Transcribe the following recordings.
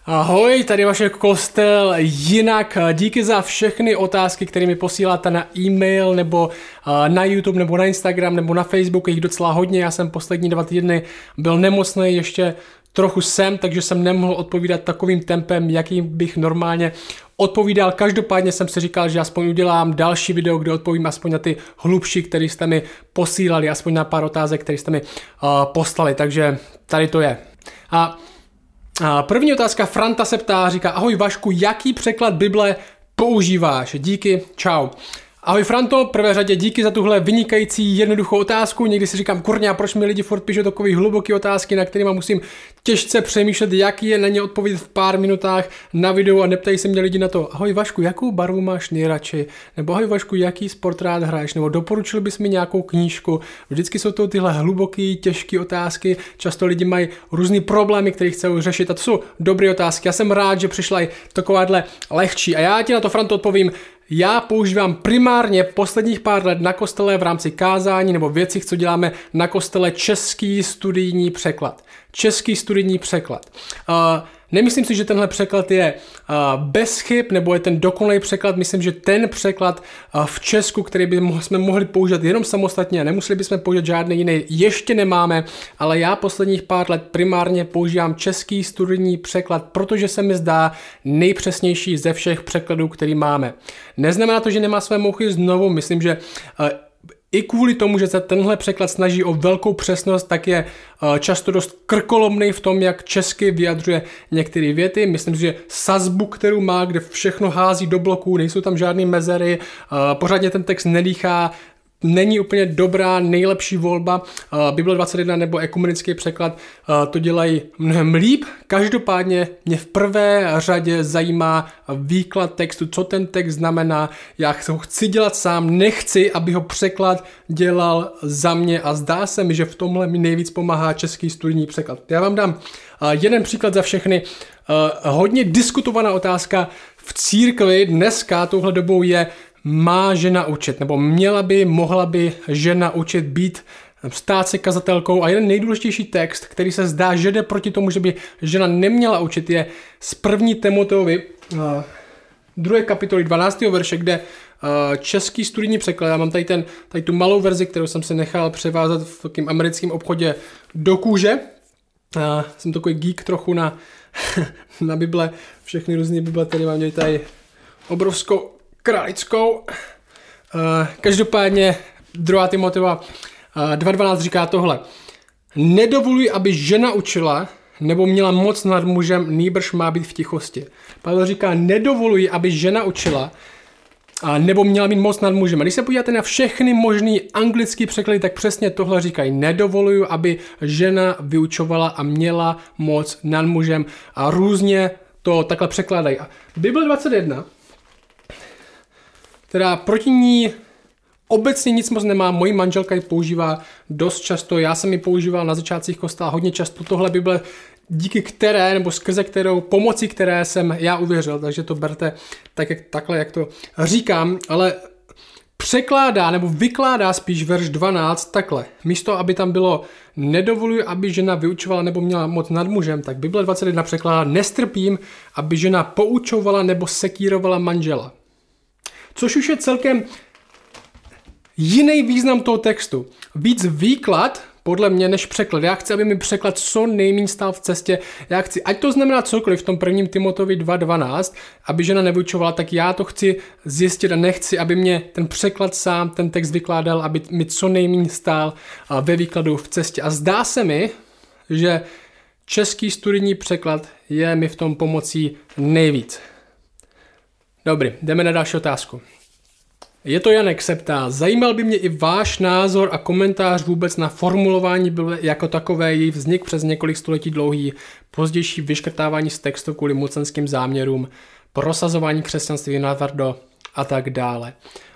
Ahoj, tady Vašek Kostel. Jinak díky za všechny otázky, které mi posíláte na e-mail nebo na YouTube nebo na Instagram nebo na Facebook, jich docela hodně. Já jsem poslední 2 týdny byl nemocný, ještě trochu jsem, takže jsem nemohl odpovídat takovým tempem, jakým bych normálně odpovídal. Každopádně jsem si říkal, že aspoň udělám další video, kde odpovím aspoň na ty hlubší, které jste mi posílali, aspoň na pár otázek, které jste mi poslali, takže tady to je. První otázka, Franta se ptá, říká: ahoj Vašku, jaký překlad Bible používáš? Díky, čau. Ahoj Franto, v prvé řadě díky za tuhle vynikající jednoduchou otázku. Někdy si říkám, kurňa, proč mi lidi furt píšou takové hluboké otázky, na kterými musím těžce přemýšlet, jaký je na ně odpovědět v pár minutách na videu a neptají se mě lidi na to: ahoj Vašku, jakou barvu máš nejradši? Nebo ahoj Vašku, jaký sport rád hraješ? Nebo doporučil bys mi nějakou knížku? Vždycky jsou to tyhle hluboké, těžké otázky. Často lidi mají různý problémy, které chcou řešit, a to jsou dobré otázky. Já jsem rád, že přišla i takováhle lehčí. A já ti na to, Franto, odpovím. Já používám primárně posledních pár let na kostele v rámci kázání nebo věcí, co děláme na kostele, český studijní překlad. Český studijní překlad. Nemyslím si, že tenhle překlad je bez chyb, nebo je ten dokonalý překlad. Myslím, že ten překlad v Česku, který jsme mohli použít jenom samostatně a nemuseli bychom použít žádný jiný, ještě nemáme, ale já posledních pár let primárně používám český studijní překlad, protože se mi zdá nejpřesnější ze všech překladů, který máme. Neznamená to, že nemá své mouchy znovu, myslím, že i kvůli tomu, že se tenhle překlad snaží o velkou přesnost, tak je často dost krkolomný v tom, jak česky vyjadřuje některé věty. Myslím si, že sazbu, kterou má, kde všechno hází do bloků, nejsou tam žádné mezery, pořádně ten text nedýchá, není úplně dobrá, nejlepší volba. Bible 21 nebo ekumenický překlad to dělají mnohem líp. Každopádně mě v prvé řadě zajímá výklad textu, co ten text znamená. Já ho chci dělat sám, nechci, aby ho překlad dělal za mě, a zdá se mi, že v tomhle mi nejvíc pomáhá český studijní překlad. Já vám dám jeden příklad za všechny. Hodně diskutovaná otázka v církvi dneska touhle dobou je: má žena učit, nebo mohla by žena učit, stát se kazatelkou? A jeden nejdůležitější text, který se zdá, že jde proti tomu, že by žena neměla učit, je z 1. Timoteovi 2. kapitoly 12. verše, kde český studijní překlad, já mám tady tu malou verzi, kterou jsem si nechal převázat v takém americkém obchodě do kůže. Jsem takový geek trochu na Bible, všechny různé Bible, které mám tady obrovskou kralickou. Každopádně 2. Timoteova 2.12 říká tohle: nedovoluj, aby žena učila nebo měla moc nad mužem, nýbrž má být v tichosti. Pavel říká, nedovoluj, aby žena učila nebo měla mít moc nad mužem. A když se podíváte na všechny možný anglický překlady, tak přesně tohle říkají: nedovoluju, aby žena vyučovala a měla moc nad mužem. A různě to takhle překládají. A Bible 21, která proti ní obecně nic moc nemá, mojí manželka ji používá dost často, já jsem ji používal na začátcích kostela hodně často, tohle Bible, díky které, nebo skrze kterou, pomocí které jsem já uvěřil, takže to berte takhle, jak to říkám, ale překládá nebo vykládá spíš verš 12 takhle. Místo, aby tam bylo nedovoluji, aby žena vyučovala nebo měla moc nad mužem, tak Bible 21 překládá: nestrpím, aby žena poučovala nebo sekírovala manžela. Což už je celkem jiný význam toho textu. Víc výklad, podle mě, než překlad. Já chci, aby mi překlad co nejméně stál v cestě. Já chci, ať to znamená cokoliv v tom 1. Timoteovi 2.12, aby žena nevyučovala, tak já to chci zjistit a nechci, aby mě ten překlad sám, ten text vykládal, aby mi co nejméně stál ve výkladu v cestě. A zdá se mi, že český studijní překlad je mi v tom pomocí nejvíc. Dobrý, jdeme na další otázku. Je to Janek se ptá: zajímal by mě i váš názor a komentář vůbec na formulování Bible jako takové, její vznik přes několik století dlouhý, pozdější vyškrtávání z textu kvůli mocenským záměrům, prosazování křesťanství natvrdo a tak dále.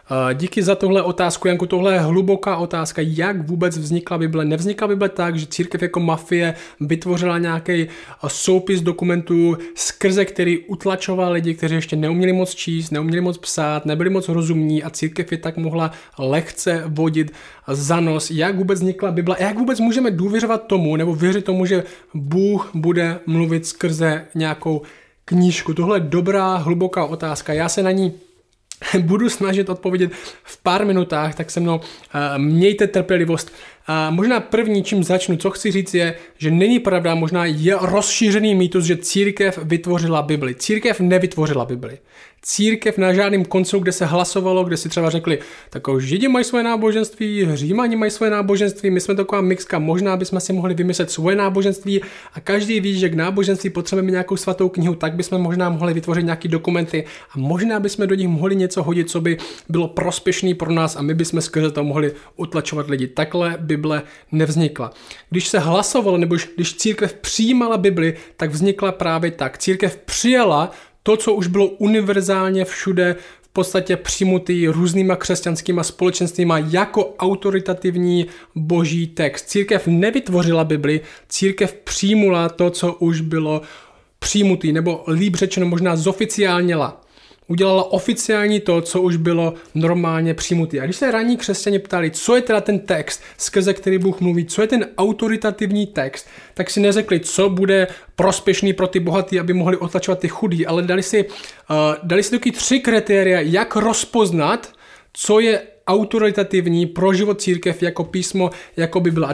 Díky za tohle otázku, Janku, tohle je hluboká otázka, jak vůbec vznikla Bible. Nevznikla Bible tak, že církev jako mafie vytvořila nějaký soupis dokumentů, skrze který utlačoval lidi, kteří ještě neuměli moc číst, neuměli moc psát, nebyli moc rozumní a církev je tak mohla lehce vodit za nos. Jak vůbec vznikla Bible? Jak vůbec můžeme důvěřovat tomu, nebo věřit tomu, že Bůh bude mluvit skrze nějakou knížku? Tohle je dobrá, hluboká otázka. Já se na ní budu snažit odpovědět v pár minutách, tak se mnou mějte trpělivost. Možná první, čím začnu, co chci říct je, že není pravda, možná je rozšířený mýtus, že církev vytvořila Bibli. Církev nevytvořila Bibli. Církev na žádném koncilu, kde se hlasovalo, kde si třeba řekli, tak Židi mají svoje náboženství, Římani mají svoje náboženství, my jsme taková mixka, možná bychom si mohli vymyslet svoje náboženství a každý ví, že k náboženství potřebujeme nějakou svatou knihu, tak bychom možná mohli vytvořit nějaké dokumenty a možná bychom do nich mohli něco hodit, co by bylo prospěšný pro nás a my bychom skrze to mohli utlačovat lidi. Takhle Bible nevznikla. Když se hlasovalo, nebo když církev přijímala Bibli, tak vznikla právě tak. Církev přijala to, co už bylo univerzálně všude v podstatě přijmutý různýma křesťanskýma společenstvíma jako autoritativní boží text. Církev nevytvořila Bibli, církev přijmula to, co už bylo přijmutý, nebo líp řečeno možná zoficiálněla. Udělala oficiální to, co už bylo normálně přijmutý. A když se ranní křesťané ptali, co je teda ten text, skrze který Bůh mluví, co je ten autoritativní text, tak si neřekli, co bude prospěšný pro ty bohatý, aby mohli otlačovat ty chudý, ale dali si taky 3 kritéria, jak rozpoznat, co je autoritativní pro život církev jako písmo, jako Bible. A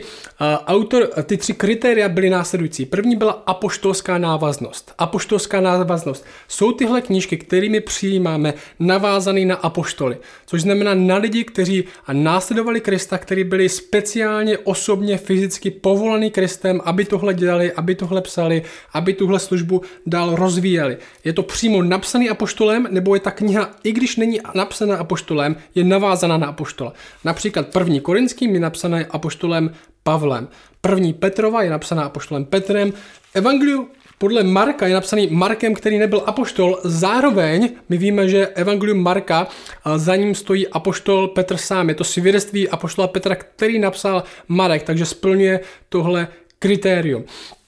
ty tři kritéria byly následující. První byla apoštolská návaznost. Apoštolská návaznost. Jsou tyhle knížky, kterými přijímáme, navázané na apoštoly. Což znamená na lidi, kteří následovali Krista, kteří byli speciálně osobně, fyzicky povolaný Kristem, aby tohle dělali, aby tohle psali, aby tuhle službu dál rozvíjeli. Je to přímo napsaný apoštolem, nebo je ta kniha, i když není napsaná apoštolem, je navázaná na apoštola. Například 1. Korinským je napsaná apoštolem Pavlem. 1. Petrova je napsaná apoštolem Petrem. Evangelium podle Marka je napsaný Markem, který nebyl apoštol. Zároveň my víme, že Evangelium Marka, za ním stojí apoštol Petr sám. Je to svědectví apoštola Petra, který napsal Marek, takže splňuje tohle kritérium.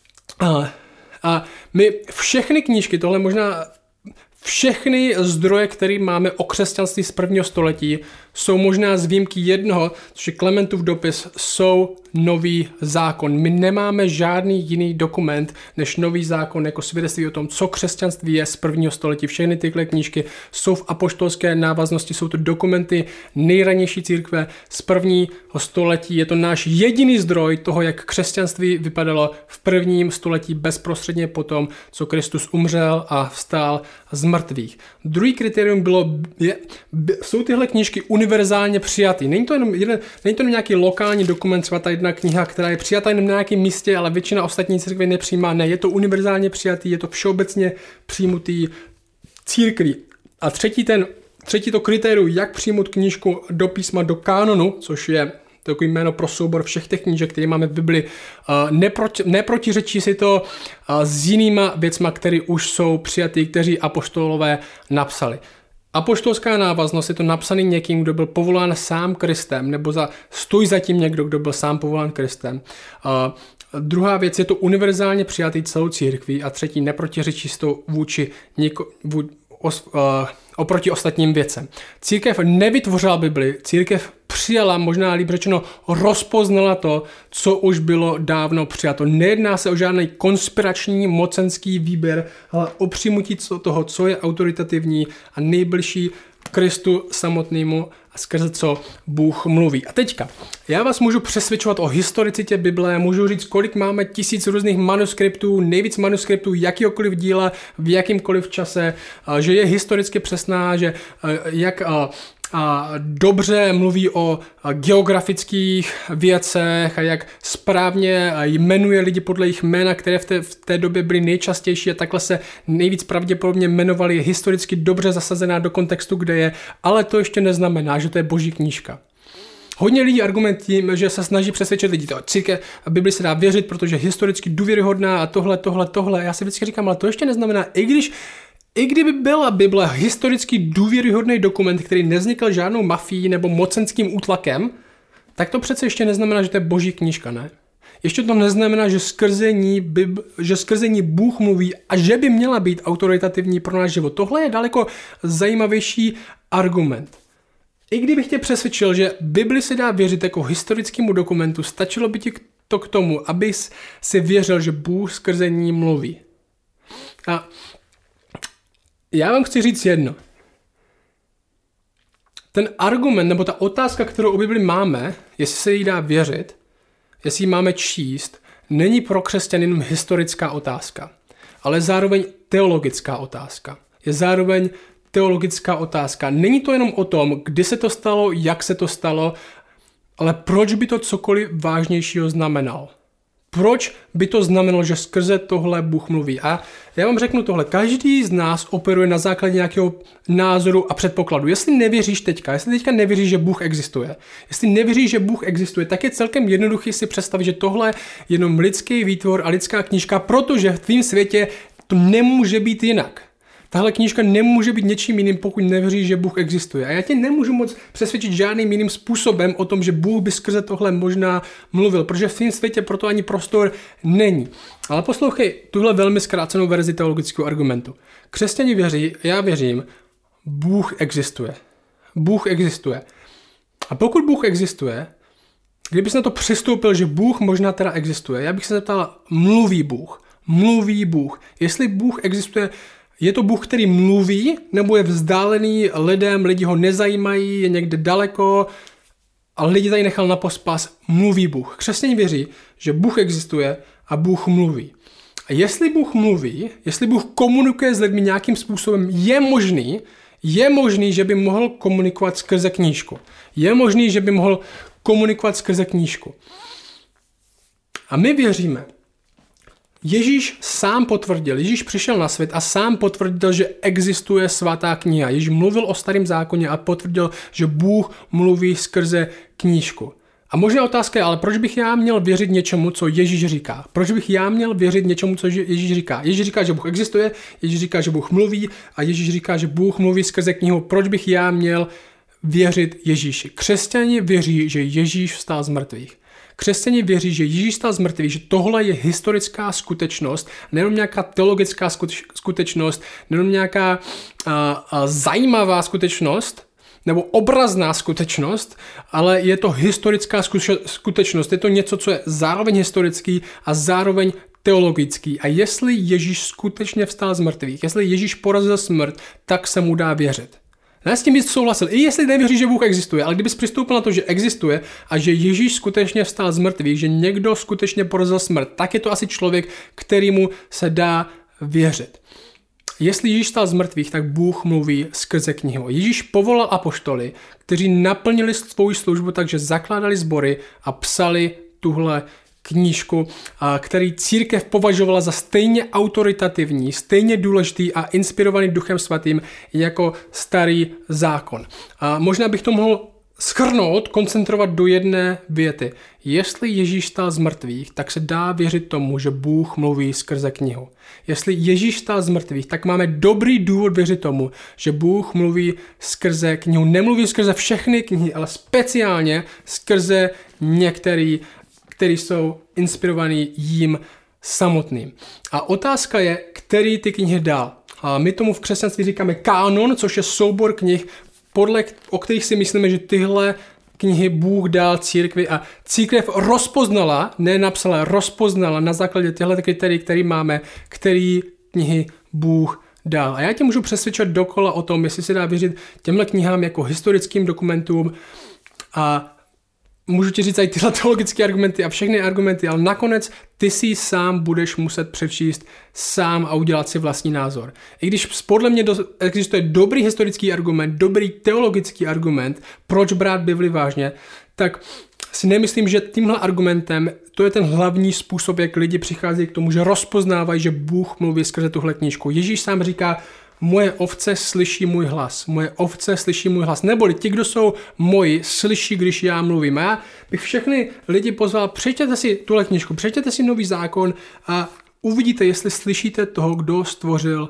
A my všechny knížky, tohle možná všechny zdroje, které máme o křesťanství z 1. století, jsou možná z výjimky jednoho, což je Klementův dopis, jsou nový zákon. My nemáme žádný jiný dokument než nový zákon jako svědectví o tom, co křesťanství je z 1. století. Všechny tyhle knížky jsou v apoštolské návaznosti, jsou to dokumenty nejranější církve z 1. století. Je to náš jediný zdroj toho, jak křesťanství vypadalo v 1. století bezprostředně po tom, co Kristus umřel a vstál z mrtvých. Druhý kritérium jsou tyhle knížky univerzálně přijatý. Není to jenom nějaký lokální dokument, třeba ta jedna kniha, která je přijatá jenom na nějakém místě, ale většina ostatní církví nepřijímá. Ne, je to univerzálně přijatý, je to všeobecně přijmutý církví. A třetí to kritérium, jak přijmout knížku do písma, do kánonu, což je takový jméno pro soubor všech těch knížek, které máme v Bibli, neprotiřečí si to s jinýma věcma, které už jsou přijatý, kteří apoštolové napsali. Apoštolská návaznost je to napsaný někým, kdo byl povolán sám Kristem, nebo stojí za tím někdo, kdo byl sám povolán Kristem. Druhá věc je to univerzálně přijatý celou církví a třetí neprotiřečí si to oproti ostatním věcem. Církev nevytvořila Bibli, církev přijala, možná líp řečeno, rozpoznala to, co už bylo dávno přijato. Nejedná se o žádný konspirační mocenský výběr, ale o přijmutí toho, co je autoritativní a nejbližší Kristu samotnému a skrze co Bůh mluví. A teďka, já vás můžu přesvědčovat o historicitě Bible, můžu říct, kolik máme 1000 různých manuskriptů, nejvíc manuskriptů jakýkoliv díla v jakýmkoliv čase, že je historicky přesná, že jak dobře mluví o geografických věcech a jak správně jmenuje lidi podle jejich jména, které v té době byly nejčastější a takhle se nejvíc pravděpodobně jmenovali, je historicky dobře zasazená do kontextu, kde je, ale to ještě neznamená, že to je boží knížka. Hodně lidí argumentují, že se snaží přesvědčit lidi, církev a Bibli se dá věřit, protože je historicky důvěryhodná a tohle. Já si vždycky říkám, ale to ještě neznamená, i když I kdyby byla Bible historicky důvěryhodný dokument, který nevznikl žádnou mafií nebo mocenským útlakem, tak to přece ještě neznamená, že to je boží knížka, ne? Ještě to neznamená, že skrze ní Bůh mluví a že by měla být autoritativní pro náš život. Tohle je daleko zajímavější argument. I kdybych tě přesvědčil, že Bibli se dá věřit jako historickému dokumentu, stačilo by ti to k tomu, abys si věřil, že Bůh skrze ní mluví. A já vám chci říct jedno. Ten argument, nebo ta otázka, kterou o Bibli máme, jestli se jí dá věřit, jestli ji máme číst, není pro křesťany jenom historická otázka, ale zároveň teologická otázka. Je zároveň teologická otázka. Není to jenom o tom, kdy se to stalo, jak se to stalo, ale proč by to cokoliv vážnějšího znamenalo. Proč by to znamenalo, že skrze tohle Bůh mluví? A já vám řeknu tohle. Každý z nás operuje na základě nějakého názoru a předpokladu. Jestli nevěříš teďka nevěříš, že Bůh existuje, tak je celkem jednoduchý si představit, že tohle je jenom lidský výtvor a lidská knížka, protože v tvém světě to nemůže být jinak. Tahle knížka nemůže být něčím jiným, pokud nevěříš, že Bůh existuje. A já tě nemůžu moc přesvědčit žádným jiným způsobem o tom, že Bůh by skrze tohle možná mluvil, protože v svém světě proto ani prostor není. Ale poslouchej tuhle velmi zkrácenou verzi teologického argumentu. Křesťani věří, já věřím, Bůh existuje. Bůh existuje. A pokud Bůh existuje, kdybys na to přistoupil, že Bůh možná teda existuje, já bych se zeptal, mluví Bůh? Mluví Bůh? Jestli Bůh existuje, je to Bůh, který mluví, nebo je vzdálený lidem, lidi ho nezajímají, je někde daleko, ale lidi tady nechal na pospas, mluví Bůh. Křesťané věří, že Bůh existuje a Bůh mluví. A jestli Bůh mluví, jestli Bůh komunikuje s lidmi nějakým způsobem, je možný, že by mohl komunikovat skrze knížku. Je možný, že by mohl komunikovat skrze knížku. A my věříme, Ježíš sám potvrdil, Ježíš přišel na svět a sám potvrdil, že existuje svatá kniha. Ježíš mluvil o starém zákoně a potvrdil, že Bůh mluví skrze knížku. A možná otázka je, ale proč bych já měl věřit něčemu, co Ježíš říká? Proč bych já měl věřit něčemu, co Ježíš říká? Ježíš říká, že Bůh existuje, Ježíš říká, že Bůh mluví a Ježíš říká, že Bůh mluví skrze knihu. Proč bych já měl věřit Ježíši? Křesťané věří, že Ježíš vstal z mrtvých. Křesťané věří, že Ježíš vstal z mrtvých, že tohle je historická skutečnost, nejenom nějaká teologická skutečnost, nejenom nějaká zajímavá skutečnost, nebo obrazná skutečnost, ale je to historická skutečnost. Je to něco, co je zároveň historický a zároveň teologický. A jestli Ježíš skutečně vstal z mrtvých, jestli Ježíš porazil smrt, tak se mu dá věřit. Já s tím bys souhlasil, i jestli nevěříš, že Bůh existuje, ale kdybys přistoupil na to, že existuje a že Ježíš skutečně vstal z mrtvých, že někdo skutečně porazil smrt, tak je to asi člověk, kterému se dá věřit. Jestli Ježíš vstal z mrtvých, tak Bůh mluví skrze knihu. Ježíš povolal apoštoly, kteří naplnili svou službu, takže zakládali sbory a psali tuhle knížku, který církev považovala za stejně autoritativní, stejně důležitý a inspirovaný Duchem Svatým jako starý zákon. A možná bych to mohl shrnout, koncentrovat do jedné věty. Jestli Ježíš vstal z mrtvých, tak se dá věřit tomu, že Bůh mluví skrze knihu. Jestli Ježíš vstal z mrtvých, tak máme dobrý důvod věřit tomu, že Bůh mluví skrze knihu. Nemluví skrze všechny knihy, ale speciálně skrze některé, který jsou inspirovaný jím samotným. A otázka je, který ty knihy dal. A my tomu v křesťanství říkáme kánon, což je soubor knih, o kterých si myslíme, že tyhle knihy Bůh dal církvi a církev rozpoznala, ne napsala, rozpoznala na základě těchto kritérií, které máme, který knihy Bůh dal. A já tě můžu přesvědčovat dokola o tom, jestli se dá věřit těmhle knihám jako historickým dokumentům a můžu ti říct i tyhle teologické argumenty a všechny argumenty, ale nakonec ty si sám budeš muset přečíst sám a udělat si vlastní názor. I když podle mě existuje dobrý historický argument, dobrý teologický argument, proč brát Bibli vážně, tak si nemyslím, že tímhle argumentem to je ten hlavní způsob, jak lidi přicházejí k tomu, že rozpoznávají, že Bůh mluví skrze tuhle knížku. Ježíš sám říká, moje ovce slyší můj hlas. Moje ovce slyší můj hlas. Neboli ti, kdo jsou moji, slyší, když já mluvím. A já bych všechny lidi pozval, přečtěte si tuhle knížku, přečtěte si Nový zákon a uvidíte, jestli slyšíte toho, kdo stvořil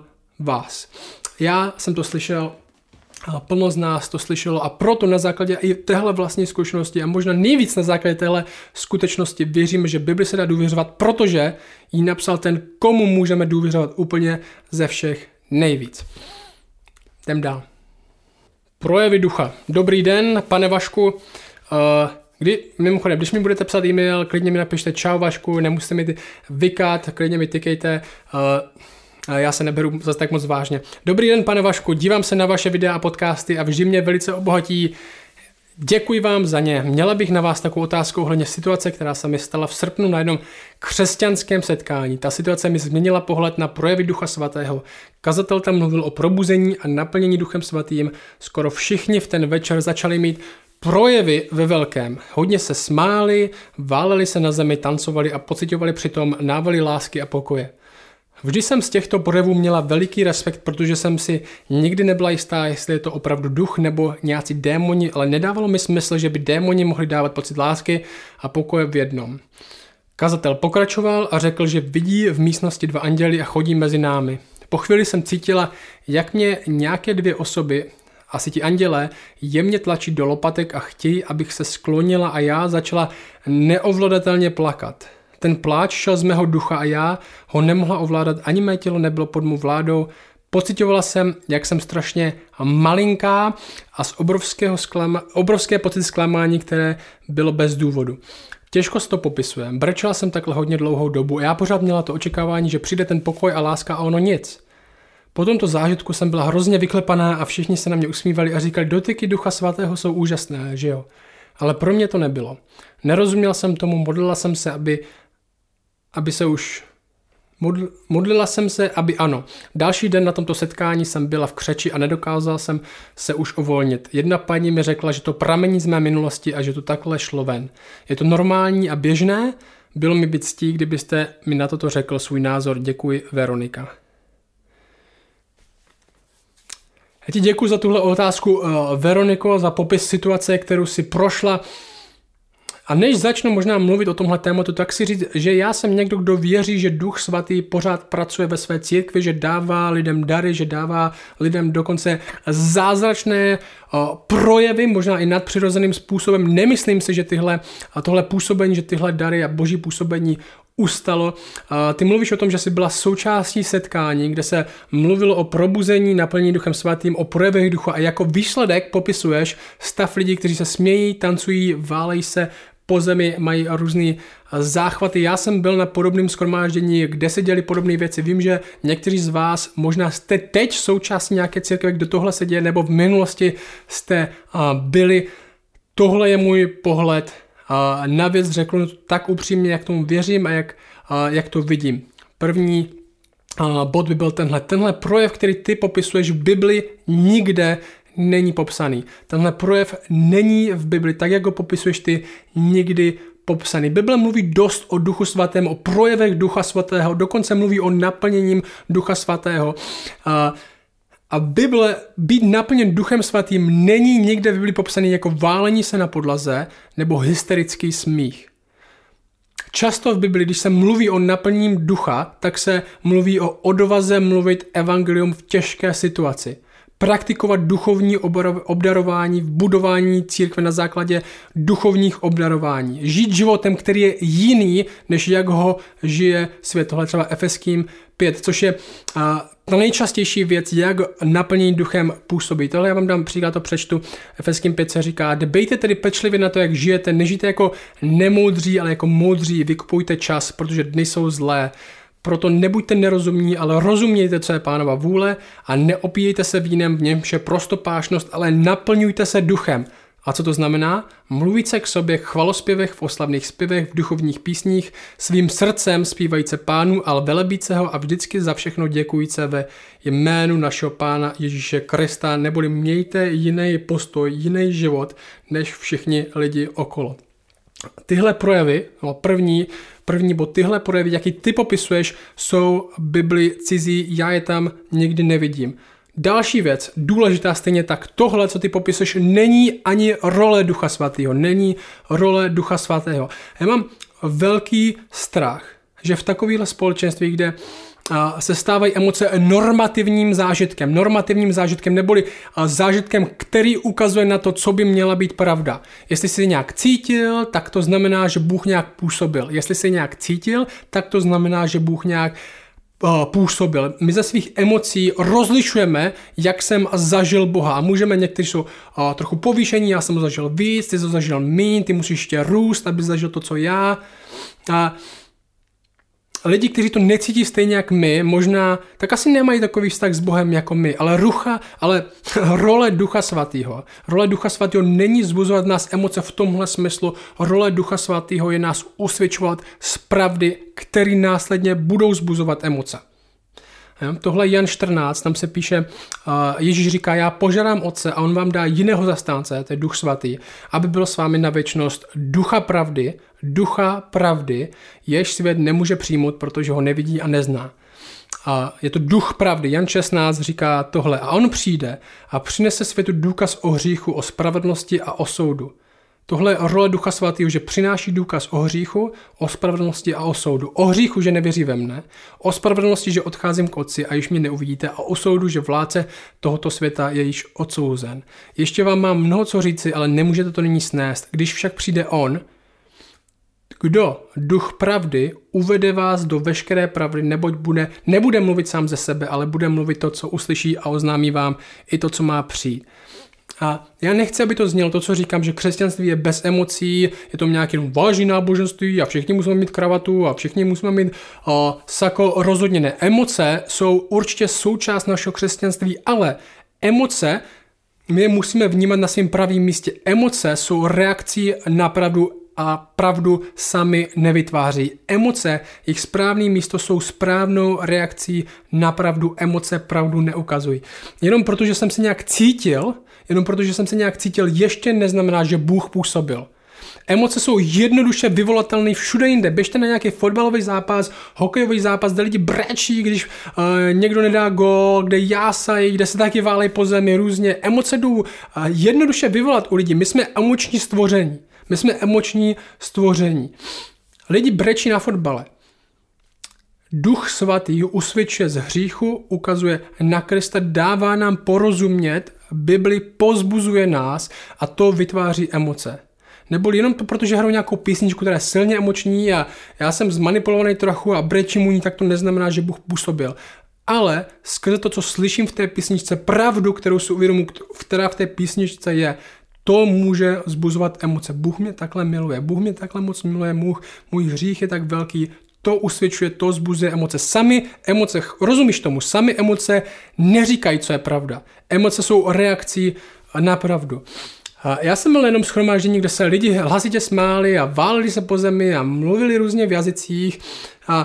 vás. Já jsem to slyšel, a plno z nás to slyšelo a proto na základě i téhle vlastní zkušenosti a možná nejvíc na základě téhle skutečnosti věříme, že Bibli se dá důvěřovat, protože jí napsal ten, komu můžeme důvěřovat úplně ze všech nejvíc. Jdem dál. Projevy ducha. Dobrý den, pane Vašku. Mimochodem, když mi budete psat e-mail, klidně mi napište čau Vašku, nemusíte mi vykat, klidně mi tykejte. Já se neberu zase tak moc vážně. Dobrý den, pane Vašku, dívám se na vaše videa a podcasty a vždy mě velice obohatí. Děkuji vám za ně. Měla bych na vás takovou otázku ohledně situace, která se mi stala v srpnu na jednom křesťanském setkání. Ta situace mi změnila pohled na projevy Ducha Svatého. Kazatel tam mluvil o probuzení a naplnění Duchem Svatým. Skoro všichni v ten večer začali mít projevy ve velkém. Hodně se smáli, váleli se na zemi, tancovali a pociťovali přitom návaly lásky a pokoje. Vždy jsem z těchto projevů měla veliký respekt, protože jsem si nikdy nebyla jistá, jestli je to opravdu duch nebo nějací démoni, ale nedávalo mi smysl, že by démoni mohli dávat pocit lásky a pokoje v jednom. Kazatel pokračoval a řekl, že vidí v místnosti 2 anděly a chodí mezi námi. Po chvíli jsem cítila, jak mě nějaké 2 osoby, asi ti andělé, jemně tlačí do lopatek a chtějí, abych se sklonila a já začala neovladatelně plakat. Ten pláč šel z mého ducha a já ho nemohla ovládat, ani mé tělo nebylo pod mou vládou. Pocitovala jsem, jak jsem strašně malinká a z obrovské pocit zklamání, které bylo bez důvodu. Těžko se to popisuje. Brečela jsem takhle hodně dlouhou dobu a já pořád měla to očekávání, že přijde ten pokoj a láska a ono nic. Po tomto zážitku jsem byla hrozně vyklepaná a všichni se na mě usmívali a říkali, dotyky Ducha Svatého jsou úžasné, že jo? Ale pro mě to nebylo. Nerozuměl jsem tomu, modlila jsem se, aby ano. Další den na tomto setkání jsem byla v křeči a nedokázal jsem se už uvolnit. Jedna paní mi řekla, že to pramení z mé minulosti a že to takhle šlo ven. Je to normální a běžné? Bylo mi by ctí, kdybyste mi na toto řekl svůj názor. Děkuji, Veronika. Já ti děkuji za tuhle otázku, Veroniko, za popis situace, kterou si prošla. A než začnu možná mluvit o tomhle tématu, tak si říct, že já jsem někdo, kdo věří, že Duch Svatý pořád pracuje ve své církvi, že dává lidem dary, že dává lidem dokonce zázračné projevy, možná i nadpřirozeným způsobem. Nemyslím si, že tohle působení, že tyhle dary a boží působení ustalo. Ty mluvíš o tom, že jsi byla součástí setkání, kde se mluvilo o probuzení, naplnění Duchem Svatým, o projevech ducha a jako výsledek popisuješ stav lidí, kteří se smějí, tancují, válejí se po zemi, mají různý záchvaty. Já jsem byl na podobném shromáždění, kde se děly podobné věci. Vím, že někteří z vás možná jste teď součástí nějaké církve, kde tohle se děje, nebo v minulosti jste byli. Tohle je můj pohled na věc, řeknu tak upřímně, jak tomu věřím a jak to vidím. První bod by byl tenhle. Tenhle projev, který ty popisuješ v Bibli, nikde není popsaný. Tenhle projev není v Bibli, tak jak ho popisuješ ty, nikdy popsaný. Bible mluví dost o Duchu Svatém, o projevech Ducha Svatého, dokonce mluví o naplněním Ducha Svatého. A Bible, být naplněn Duchem Svatým, není nikde v Bibli popsaný jako válení se na podlaze nebo hysterický smích. Často v Bibli, když se mluví o naplnění ducha, tak se mluví o odvaze mluvit evangelium v těžké situaci. Praktikovat duchovní obdarování v budování církve na základě duchovních obdarování. Žít životem, který je jiný, než jak ho žije svět. Tohle třeba Efeským 5, což je ta nejčastější věc, jak naplnění duchem působí. Tohle já vám dám příklad, to přečtu. Efeským 5 se říká, dbejte tedy pečlivě na to, jak žijete. Nežijte jako nemoudří, ale jako moudří. Vykupujte čas, protože dny jsou zlé. Proto nebuďte nerozumní, ale rozumějte, co je Pánova vůle a neopíjejte se vínem, v němž je prostopášnost, ale naplňujte se duchem. A co to znamená? Mluvit se k sobě v chvalospěvech, v oslavných zpěvech, v duchovních písních, svým srdcem zpívajíce Pánu, ale velebíce ho a vždycky za všechno děkujíce ve jménu našeho Pána Ježíše Krista, neboli mějte jiný postoj, jiný život, než všichni lidi okolo. Tyhle projevy, první bod, tyhle projevy, jaký ty popisuješ, jsou Bibli cizí, já je tam nikdy nevidím. Další věc, důležitá stejně tak, tohle, co ty popisuješ, není ani role Ducha Svatého, není role Ducha Svatého. Já mám velký strach, že v takovéhle společenství, kde se stávají emoce normativním zážitkem neboli zážitkem, který ukazuje na to, co by měla být pravda. Jestli jsi nějak cítil, tak to znamená, že Bůh nějak působil. Jestli jsi nějak cítil, tak to znamená, že Bůh nějak působil. My ze svých emocí rozlišujeme, jak jsem zažil Boha. A můžeme, někteří jsou trochu povýšení, já jsem ho zažil víc, ty jsi ho zažil míň, ty musíš ještě růst, aby zažil to, co já. A lidi, kteří to necítí stejně jak my, možná, tak asi nemají takový vztah s Bohem jako my, ale role Ducha Svatého není vzbuzovat nás emoce v tomhle smyslu, role Ducha Svatého je nás usvědčovat z pravdy, které následně budou vzbuzovat emoce. Tohle Jan 14, tam se píše, Ježíš říká, já požádám Otce a on vám dá jiného zastánce, to je Duch Svatý, aby byl s vámi na věčnost ducha pravdy, jež svět nemůže přijmout, protože ho nevidí a nezná. A je to duch pravdy. Jan 16 říká tohle. A on přijde a přinese světu důkaz o hříchu, o spravedlnosti a o soudu. Tohle je role Ducha Svatého, že přináší důkaz o hříchu, o spravedlnosti a o soudu. O hříchu, že nevěří ve mne, o spravedlnosti, že odcházím k Otci a již mě neuvidíte, a o soudu, že vládce tohoto světa je již odsouzen. Ještě vám mám mnoho co říci, ale nemůžete to nyní snést. Když však přijde on, kdo, duch pravdy, uvede vás do veškeré pravdy, neboť nebude mluvit sám ze sebe, ale bude mluvit to, co uslyší, a oznámí vám i to, co má přijít. A já nechci, aby to znělo to, co říkám, že křesťanství je bez emocí, je to nějaké vážné náboženství a všichni musíme mít kravatu a všichni musíme mít sako. Rozhodně ne. Emoce jsou určitě součást našeho křesťanství, ale emoce my je musíme vnímat na svém pravém místě. Emoce jsou reakcí na pravdu a pravdu sami nevytváří. Emoce, jejich správné místo jsou správnou reakcí na pravdu. Emoce pravdu neukazují. Jenom protože jsem se nějak cítil, ještě neznamená, že Bůh působil. Emoce jsou jednoduše vyvolatelné všude jinde. Běžte na nějaký fotbalový zápas, hokejový zápas, kde lidi brečí, když někdo nedá gól, kde jásají, kde se taky válej po zemi různě. Emoce jdou jednoduše vyvolat u lidí. My jsme emoční stvoření. Lidi brečí na fotbale. Duch Svatý usvědčuje z hříchu, ukazuje na Krista, dává nám porozumět, Bibli pozbuzuje nás a to vytváří emoce. Nebo jenom to, protože hraju nějakou písničku, která je silně emoční a já jsem zmanipulovaný trochu a brečím u ní, tak to neznamená, že Bůh působil. Ale skrze to, co slyším v té písničce, pravdu, kterou si uvědomuji, která v té písničce je, to může vzbuzovat emoce. Bůh mě takhle miluje, Bůh mě takhle moc miluje, můj hřích je tak velký, to usvědčuje, to vzbuzuje emoce. Sami emoce, rozumíš tomu, sami emoce neříkají, co je pravda. Emoce jsou reakcí na pravdu. Já jsem byl jenom shromáždění, kde se lidi hlasitě smáli a váleli se po zemi a mluvili různě v jazycích. A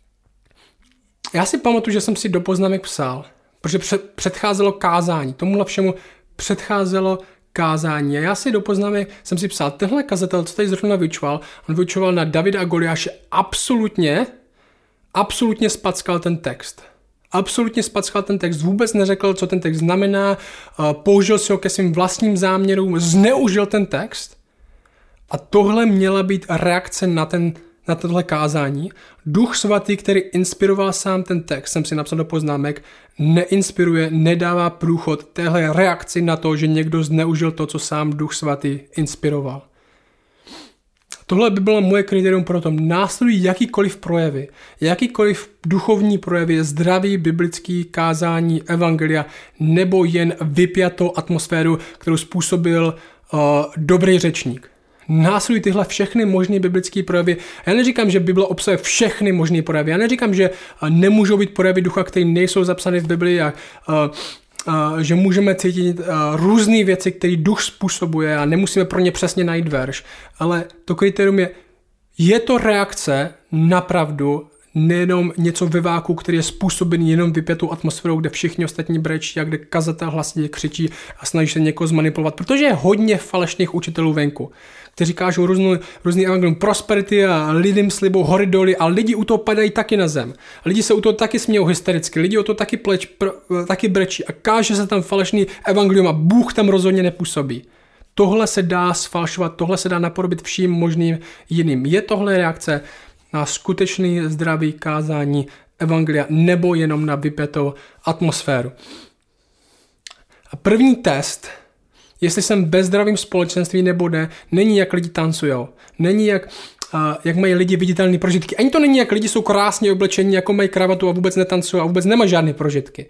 já si pamatuju, že jsem si do poznámek psal, protože předcházelo kázání. Tomuhle všemu předcházelo kázání. A já si do poznámek jsem si psal, tenhle kazatel, co tady zrovna vyučoval, on vyučoval na Davida a Goliáše, absolutně spackal ten text. Vůbec neřekl, co ten text znamená, použil si ho ke svým vlastním záměrům, zneužil ten text. A tohle měla být reakce na tohle kázání. Duch Svatý, který inspiroval sám ten text, jsem si napsal do poznámek, neinspiruje, nedává průchod téhle reakci na to, že někdo zneužil to, co sám Duch Svatý inspiroval. Tohle by bylo moje kritérium pro to. Následují jakýkoliv duchovní projevy, zdravý biblický kázání evangelia nebo jen vypjatou atmosféru, kterou způsobil dobrý řečník. Následují tyhle všechny možné biblické projevy. Já neříkám, že Bible obsahuje všechny možné projevy. Já neříkám, že nemůžou být projevy ducha, které nejsou zapsané v Biblii a že můžeme cítit různé věci, které duch způsobuje a nemusíme pro ně přesně najít verš. Ale to kritérium je to reakce na pravdu, nejenom něco ve váku, který je způsobený jenom vypjatou atmosférou, kde všichni ostatní brečí a kde kazatel hlasitě křičí a snaží se někoho zmanipulovat, protože je hodně falešných učitelů venku, kteří kážou různý evangelium prosperity a lidem slibou hory doly a lidi u toho padají taky na zem. Lidi se u toho taky smějou hystericky, lidi o to taky brečí a káže se tam falešný evangelium a Bůh tam rozhodně nepůsobí. Tohle se dá sfalšovat, tohle se dá napodobit vším možným jiným. Je tohle reakce na skutečný zdravý kázání evangelia nebo jenom na vypjatou atmosféru. A první test, jestli jsem ve zdravém společenství nebo ne, není jak lidi tancujou, není jak mají lidi viditelné prožitky. Ani to není jak lidi jsou krásně oblečení, jako mají kravatu a vůbec netancují a vůbec nemají žádné prožitky.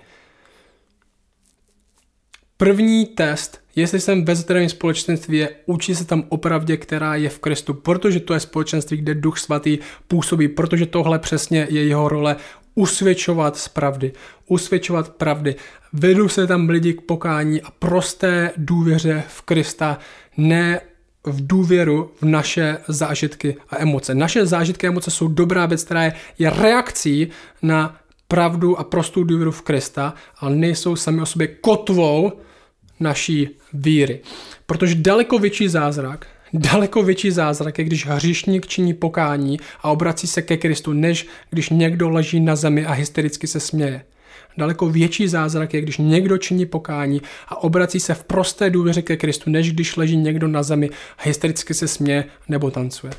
První test, jestli jsem ve zdravém společenství, je učit se tam o pravdě, která je v Kristu, protože to je společenství, kde Duch Svatý působí, protože tohle přesně je jeho role usvědčovat z pravdy, usvědčovat pravdy. Vedou se tam lidi k pokání a prosté důvěře v Krista, ne v důvěru v naše zážitky a emoce. Naše zážitky a emoce jsou dobrá věc, která je reakcí na pravdu a prostou důvěru v Krista, ale nejsou sami o sobě kotvou naší víry. Protože daleko větší zázrak je, když hříšník činí pokání a obrací se ke Kristu, než když někdo leží na zemi a hystericky se směje. Daleko větší zázrak je, když někdo činí pokání a obrací se v prosté důvěře ke Kristu, než když leží někdo na zemi a hystericky se směje nebo tancuje.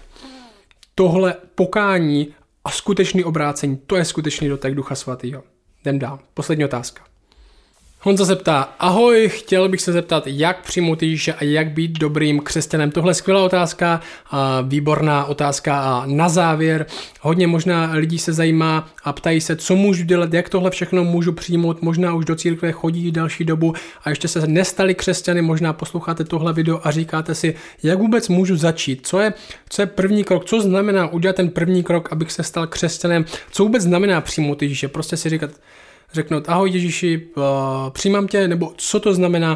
Tohle pokání a skutečný obrácení, to je skutečný dotek Ducha Svatého. Jdem dál. Poslední otázka. Honza se ptá, ahoj, chtěl bych se zeptat, jak přijmout Ježíše a jak být dobrým křesťanem. Tohle je skvělá otázka, výborná otázka a na závěr. Hodně možná lidí se zajímá a ptají se, co můžu dělat, jak tohle všechno můžu přijmout, možná už do církve chodí další dobu a ještě se nestali křesťany, možná posloucháte tohle video a říkáte si, jak vůbec můžu začít, co je první krok, co znamená udělat ten první krok, abych se stal křesťanem, co vůbec znamená přijmout Ježíše, prostě si řeknout, ahoj Ježíši, přijímám tě, nebo co to znamená,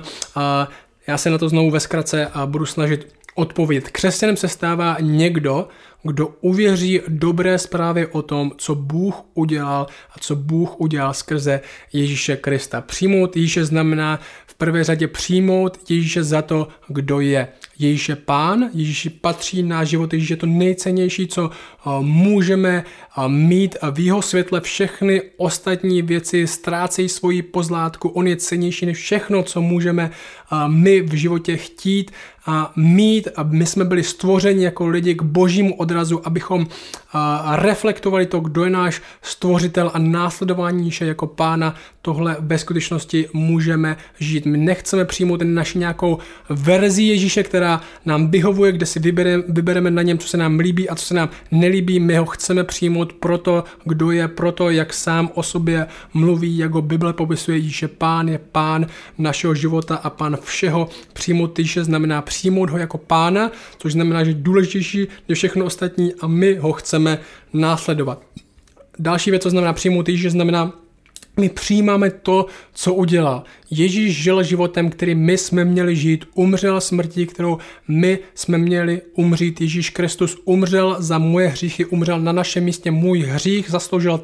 já se na to znovu ve zkratce a budu snažit odpovědět. Křesťanem se stává někdo, kdo uvěří dobré zprávě o tom, co Bůh udělal a co Bůh udělal skrze Ježíše Krista. Přijmout Ježíše znamená v prvé řadě přijmout Ježíše za to, kdo je. Ježíš je Pán, Ježíši patří náš život, Ježíš je to nejcennější, co můžeme mít v jeho světle. Všechny ostatní věci ztrácejí svoji pozlátku, on je cennější než všechno, co můžeme my v životě chtít a mít. A my jsme byli stvořeni jako lidi k božímu odrazu, abychom reflektovali to, kdo je náš stvořitel a následování Ježíše jako Pána. Tohle ve skutečnosti můžeme žít. My nechceme přijmout naši nějakou verzi Ježíše, která nám vyhovuje, kde si vybereme na něm, co se nám líbí a co se nám nelíbí. My ho chceme přijmout proto, kdo je, proto, jak sám o sobě mluví, jak ho Bible popisuje. Ježíš je Pán našeho života a Pán všeho. Přijmout Ježíše znamená přijmout ho jako Pána, což znamená, že je důležitější než všechno ostatní a my ho chceme následovat. Další věc, co znamená přijmout Ježíše, znamená, my přijímáme to, co udělal. Ježíš žil životem, který my jsme měli žít, umřel smrtí, kterou my jsme měli umřít. Ježíš Kristus umřel za moje hříchy, umřel na našem místě. Můj hřích zasloužil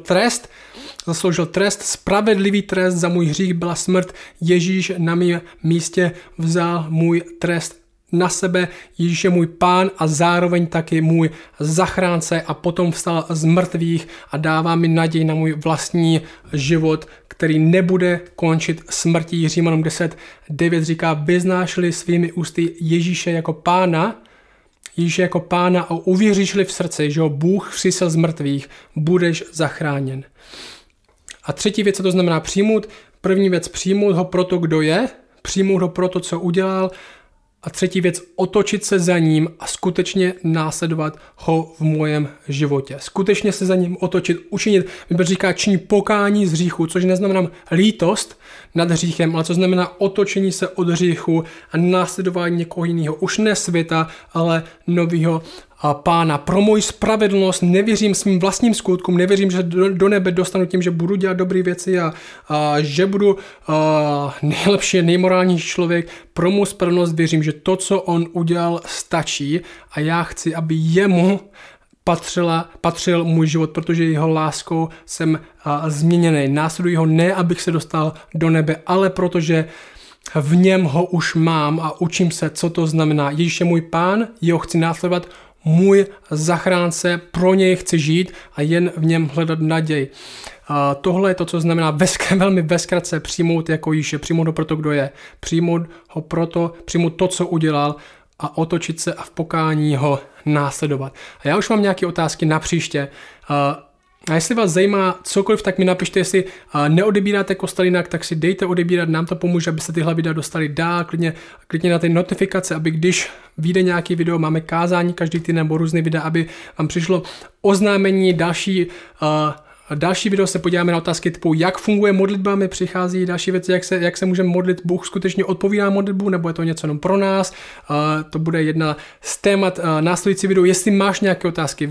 trest, spravedlivý trest za můj hřích byla smrt. Ježíš na mém místě vzal můj trest na sebe. Ježíš je můj Pán a zároveň taky můj zachránce a potom vstal z mrtvých a dává mi naději na můj vlastní život, který nebude končit smrtí. Římanům 10:9 říká, vyznáš-li svými ústy Ježíše jako Pána a uvěříš-li v srdci, že ho Bůh vzkřísil z mrtvých, budeš zachráněn. A třetí věc, co to znamená přijmout. První věc, přijmout ho proto, kdo je, přijmout ho proto, co udělal. A třetí věc, otočit se za ním a skutečně následovat ho v mojem životě. Skutečně se za ním otočit, učinit. Bible říká, činí pokání z hříchu, což neznamená lítost nad hříchem, ale co znamená otočení se od hříchu a následování někoho jiného. Už ne světa, ale nového Pána. Pro moji spravedlnost nevěřím svým vlastním skutkům, nevěřím, že do nebe dostanu tím, že budu dělat dobré věci a že budu nejlepší, nejmorálnější člověk. Pro mou spravedlnost věřím, že to, co on udělal, stačí a já chci, aby jemu patřil můj život, protože jeho láskou jsem změněný. Následuji ho ne, abych se dostal do nebe, ale protože v něm ho už mám a učím se, co to znamená. Ježíš je můj Pán, jeho chci následovat, můj zachránce, pro něj chci žít a jen v něm hledat naději. Tohle je to, co znamená velmi ve zkratce přijmout jako Ježíše, přijmout ho proto, kdo je, přijmout to, co udělal a otočit se a v pokání ho následovat. A já už mám nějaké otázky na příště. A jestli vás zajímá cokoliv, tak mi napište, jestli neodebíráte Kostelinak, tak si dejte odebírat, nám to pomůže, abyste tyhle videa dostali dál, klidně na ty notifikace, aby když vyjde nějaký video, máme kázání každý týden nebo různý videa, aby vám přišlo oznámení, další video se podíváme na otázky typu, jak funguje modlitba, mi přichází další věci, jak se můžeme modlit, Bůh skutečně odpovídá modlitbu, nebo je to něco jenom pro nás. To bude jedna z témat následující video. Jestli máš nějaké otázky,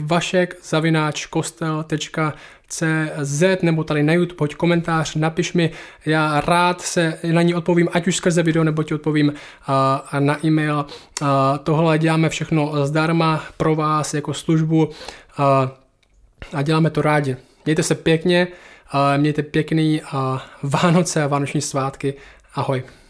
vašek@kostel.cz nebo tady na YouTube, pojď komentář, napiš mi, já rád se na ní odpovím, ať už skrze video, nebo ti odpovím na e-mail. Tohle děláme všechno zdarma pro vás jako službu a děláme to rádi. Mějte se pěkně, mějte pěkný Vánoce a vánoční svátky. Ahoj.